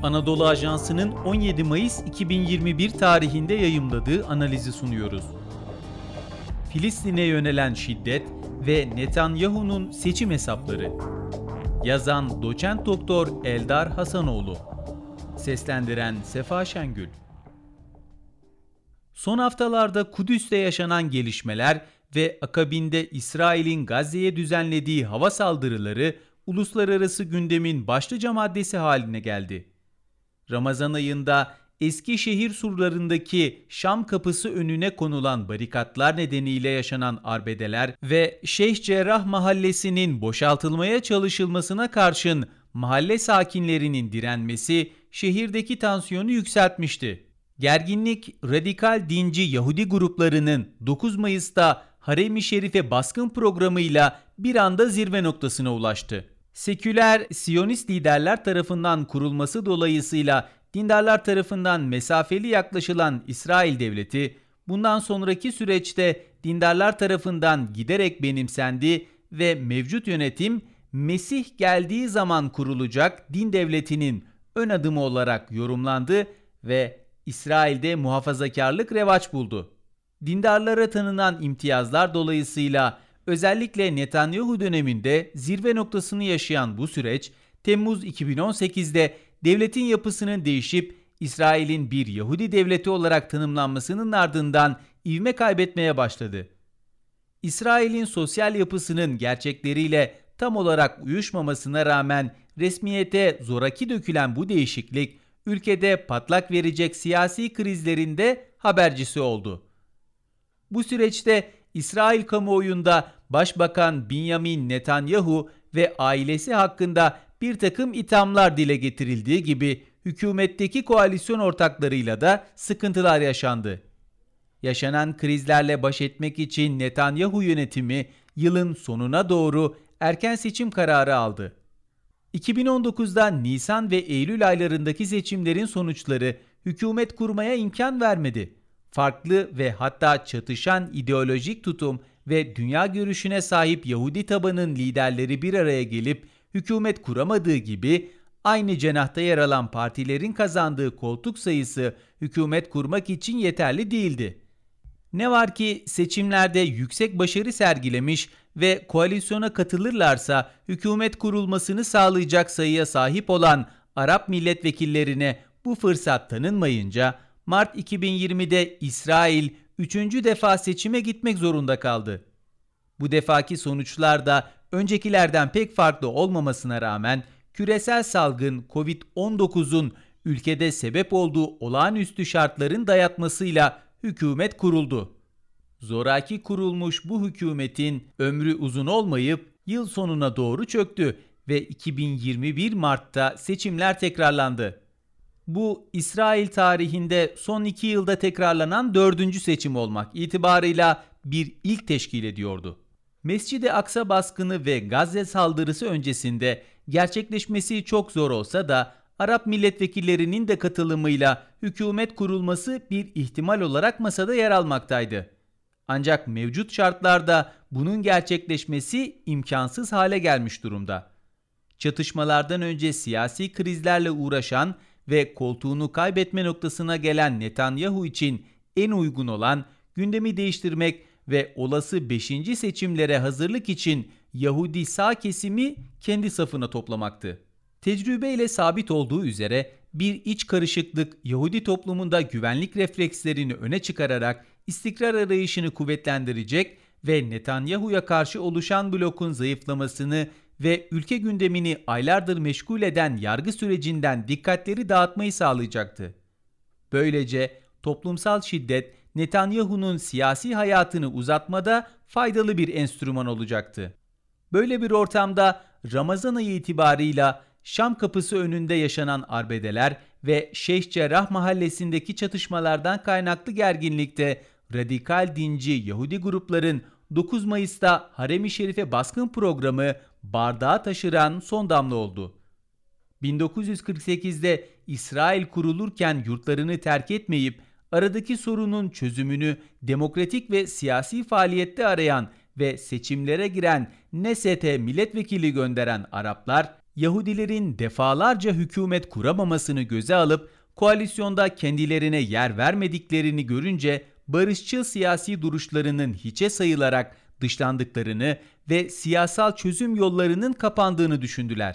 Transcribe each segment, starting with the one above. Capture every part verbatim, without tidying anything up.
Anadolu Ajansı'nın on yedi Mayıs iki bin yirmi bir tarihinde yayımladığı analizi sunuyoruz. Filistin'e yönelen şiddet ve Netanyahu'nun seçim hesapları. Yazan Doçent Doktor Eldar Hasanoğlu. Seslendiren Sefa Şengül. Son haftalarda Kudüs'te yaşanan gelişmeler ve akabinde İsrail'in Gazze'ye düzenlediği hava saldırıları uluslararası gündemin başlıca maddesi haline geldi. Ramazan ayında eski şehir surlarındaki Şam kapısı önüne konulan barikatlar nedeniyle yaşanan arbedeler ve Şeyh Cerrah mahallesinin boşaltılmaya çalışılmasına karşın mahalle sakinlerinin direnmesi şehirdeki tansiyonu yükseltmişti. Gerginlik, radikal dinci Yahudi gruplarının dokuz Mayıs'ta Harem-i Şerif'e baskın programıyla bir anda zirve noktasına ulaştı. Seküler, Siyonist liderler tarafından kurulması dolayısıyla dindarlar tarafından mesafeli yaklaşılan İsrail devleti, bundan sonraki süreçte dindarlar tarafından giderek benimsendi ve mevcut yönetim, Mesih geldiği zaman kurulacak din devletinin ön adımı olarak yorumlandı ve İsrail'de muhafazakarlık revaç buldu. Dindarlara tanınan imtiyazlar dolayısıyla özellikle Netanyahu döneminde zirve noktasını yaşayan bu süreç, Temmuz iki bin on sekizde devletin yapısının değişip İsrail'in bir Yahudi devleti olarak tanımlanmasının ardından ivme kaybetmeye başladı. İsrail'in sosyal yapısının gerçekleriyle tam olarak uyuşmamasına rağmen resmiyete zoraki dökülen bu değişiklik, ülkede patlak verecek siyasi krizlerin de habercisi oldu. Bu süreçte İsrail kamuoyunda Başbakan Benjamin Netanyahu ve ailesi hakkında bir takım ithamlar dile getirildiği gibi hükümetteki koalisyon ortaklarıyla da sıkıntılar yaşandı. Yaşanan krizlerle baş etmek için Netanyahu yönetimi yılın sonuna doğru erken seçim kararı aldı. iki bin on dokuzda Nisan ve Eylül aylarındaki seçimlerin sonuçları hükümet kurmaya imkan vermedi. Farklı ve hatta çatışan ideolojik tutum ve dünya görüşüne sahip Yahudi tabanın liderleri bir araya gelip hükümet kuramadığı gibi aynı cenahta yer alan partilerin kazandığı koltuk sayısı hükümet kurmak için yeterli değildi. Ne var ki seçimlerde yüksek başarı sergilemiş ve koalisyona katılırlarsa hükümet kurulmasını sağlayacak sayıya sahip olan Arap milletvekillerine bu fırsat tanınmayınca Mart iki bin yirmide İsrail üçüncü defa seçime gitmek zorunda kaldı. Bu defaki sonuçlar da öncekilerden pek farklı olmamasına rağmen küresel salgın kovid on dokuzun ülkede sebep olduğu olağanüstü şartların dayatmasıyla hükümet kuruldu. Zoraki kurulmuş bu hükümetin ömrü uzun olmayıp yıl sonuna doğru çöktü ve iki bin yirmi bir Mart'ta seçimler tekrarlandı. Bu İsrail tarihinde son iki yılda tekrarlanan dördüncü seçim olmak itibarıyla bir ilk teşkil ediyordu. Mescid-i Aksa baskını ve Gazze saldırısı öncesinde gerçekleşmesi çok zor olsa da Arap milletvekillerinin de katılımıyla hükümet kurulması bir ihtimal olarak masada yer almaktaydı. Ancak mevcut şartlarda bunun gerçekleşmesi imkansız hale gelmiş durumda. Çatışmalardan önce siyasi krizlerle uğraşan ve koltuğunu kaybetme noktasına gelen Netanyahu için en uygun olan gündemi değiştirmek ve olası beşinci seçimlere hazırlık için Yahudi sağ kesimi kendi safına toplamaktı. Tecrübeyle sabit olduğu üzere bir iç karışıklık Yahudi toplumunda güvenlik reflekslerini öne çıkararak istikrar arayışını kuvvetlendirecek ve Netanyahu'ya karşı oluşan blokun zayıflamasını ve ülke gündemini aylardır meşgul eden yargı sürecinden dikkatleri dağıtmayı sağlayacaktı. Böylece toplumsal şiddet Netanyahu'nun siyasi hayatını uzatmada faydalı bir enstrüman olacaktı. Böyle bir ortamda Ramazan ayı itibarıyla Şam kapısı önünde yaşanan arbedeler ve Şeyh Cerrah mahallesindeki çatışmalardan kaynaklı gerginlikte radikal dinci Yahudi grupların dokuz Mayıs'ta Harem-i Şerif'e baskın programı bardağı taşıran son damla oldu. bin dokuz yüz kırk sekizde İsrail kurulurken yurtlarını terk etmeyip aradaki sorunun çözümünü demokratik ve siyasi faaliyette arayan ve seçimlere giren Neset'e milletvekili gönderen Araplar, Yahudilerin defalarca hükümet kuramamasını göze alıp koalisyonda kendilerine yer vermediklerini görünce barışçıl siyasi duruşlarının hiçe sayılarak dışlandıklarını ve siyasal çözüm yollarının kapandığını düşündüler.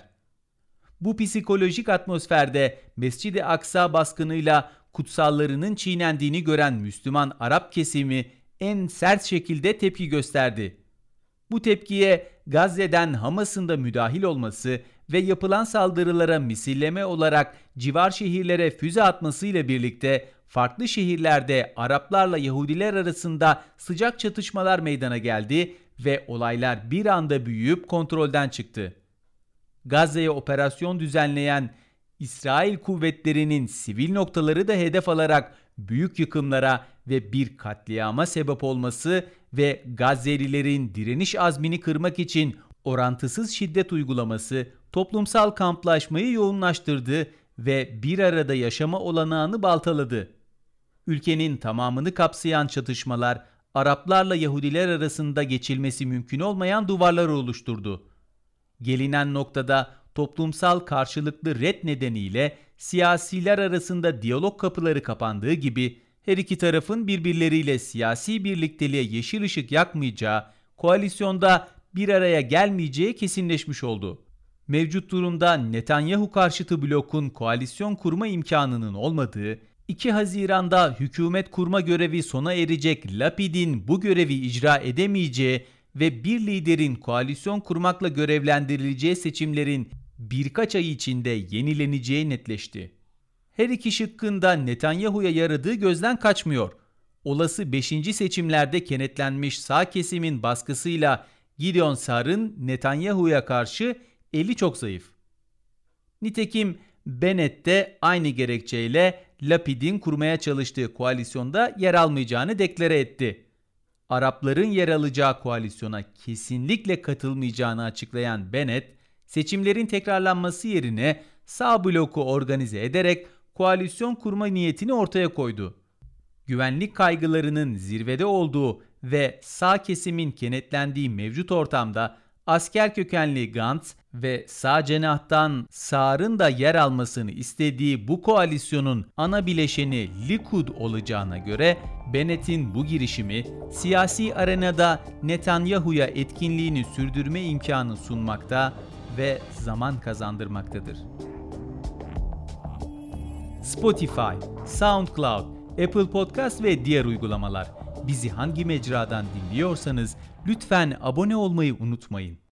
Bu psikolojik atmosferde Mescid-i Aksa baskınıyla kutsallarının çiğnendiğini gören Müslüman Arap kesimi en sert şekilde tepki gösterdi. Bu tepkiye Gazze'den Hamas'ın da müdahil olması ve yapılan saldırılara misilleme olarak civar şehirlere füze atmasıyla birlikte farklı şehirlerde Araplarla Yahudiler arasında sıcak çatışmalar meydana geldi ve olaylar bir anda büyüyüp kontrolden çıktı. Gazze'ye operasyon düzenleyen İsrail kuvvetlerinin sivil noktaları da hedef alarak büyük yıkımlara ve bir katliama sebep olması ve Gazze'lilerin direniş azmini kırmak için orantısız şiddet uygulaması toplumsal kamplaşmayı yoğunlaştırdı ve bir arada yaşama olanağını baltaladı. Ülkenin tamamını kapsayan çatışmalar Araplarla Yahudiler arasında geçilmesi mümkün olmayan duvarlar oluşturdu. Gelinen noktada toplumsal karşılıklı ret nedeniyle siyasiler arasında diyalog kapıları kapandığı gibi her iki tarafın birbirleriyle siyasi birlikteliğe yeşil ışık yakmayacağı, koalisyonda bir araya gelmeyeceği kesinleşmiş oldu. Mevcut durumda Netanyahu karşıtı blokun koalisyon kurma imkanının olmadığı, iki Haziran'da hükümet kurma görevi sona erecek Lapid'in bu görevi icra edemeyeceği ve bir liderin koalisyon kurmakla görevlendirileceği seçimlerin birkaç ay içinde yenileneceği netleşti. Her iki şıkkın da Netanyahu'ya yaradığı gözden kaçmıyor. Olası beşinci seçimlerde kenetlenmiş sağ kesimin baskısıyla Gideon Sa'r'ın Netanyahu'ya karşı eli çok zayıf. Nitekim Bennett de aynı gerekçeyle Lapid'in kurmaya çalıştığı koalisyonda yer almayacağını deklare etti. Arapların yer alacağı koalisyona kesinlikle katılmayacağını açıklayan Bennett, seçimlerin tekrarlanması yerine sağ bloku organize ederek koalisyon kurma niyetini ortaya koydu. Güvenlik kaygılarının zirvede olduğu ve sağ kesimin kenetlendiği mevcut ortamda asker kökenli Gantz ve sağ cenahtan Sa'r'ın da yer almasını istediği bu koalisyonun ana bileşeni Likud olacağına göre Bennett'in bu girişimi siyasi arenada Netanyahu'ya etkinliğini sürdürme imkanı sunmakta ve zaman kazandırmaktadır. Spotify, SoundCloud, Apple Podcast ve diğer uygulamalar. Bizi hangi mecradan dinliyorsanız lütfen abone olmayı unutmayın.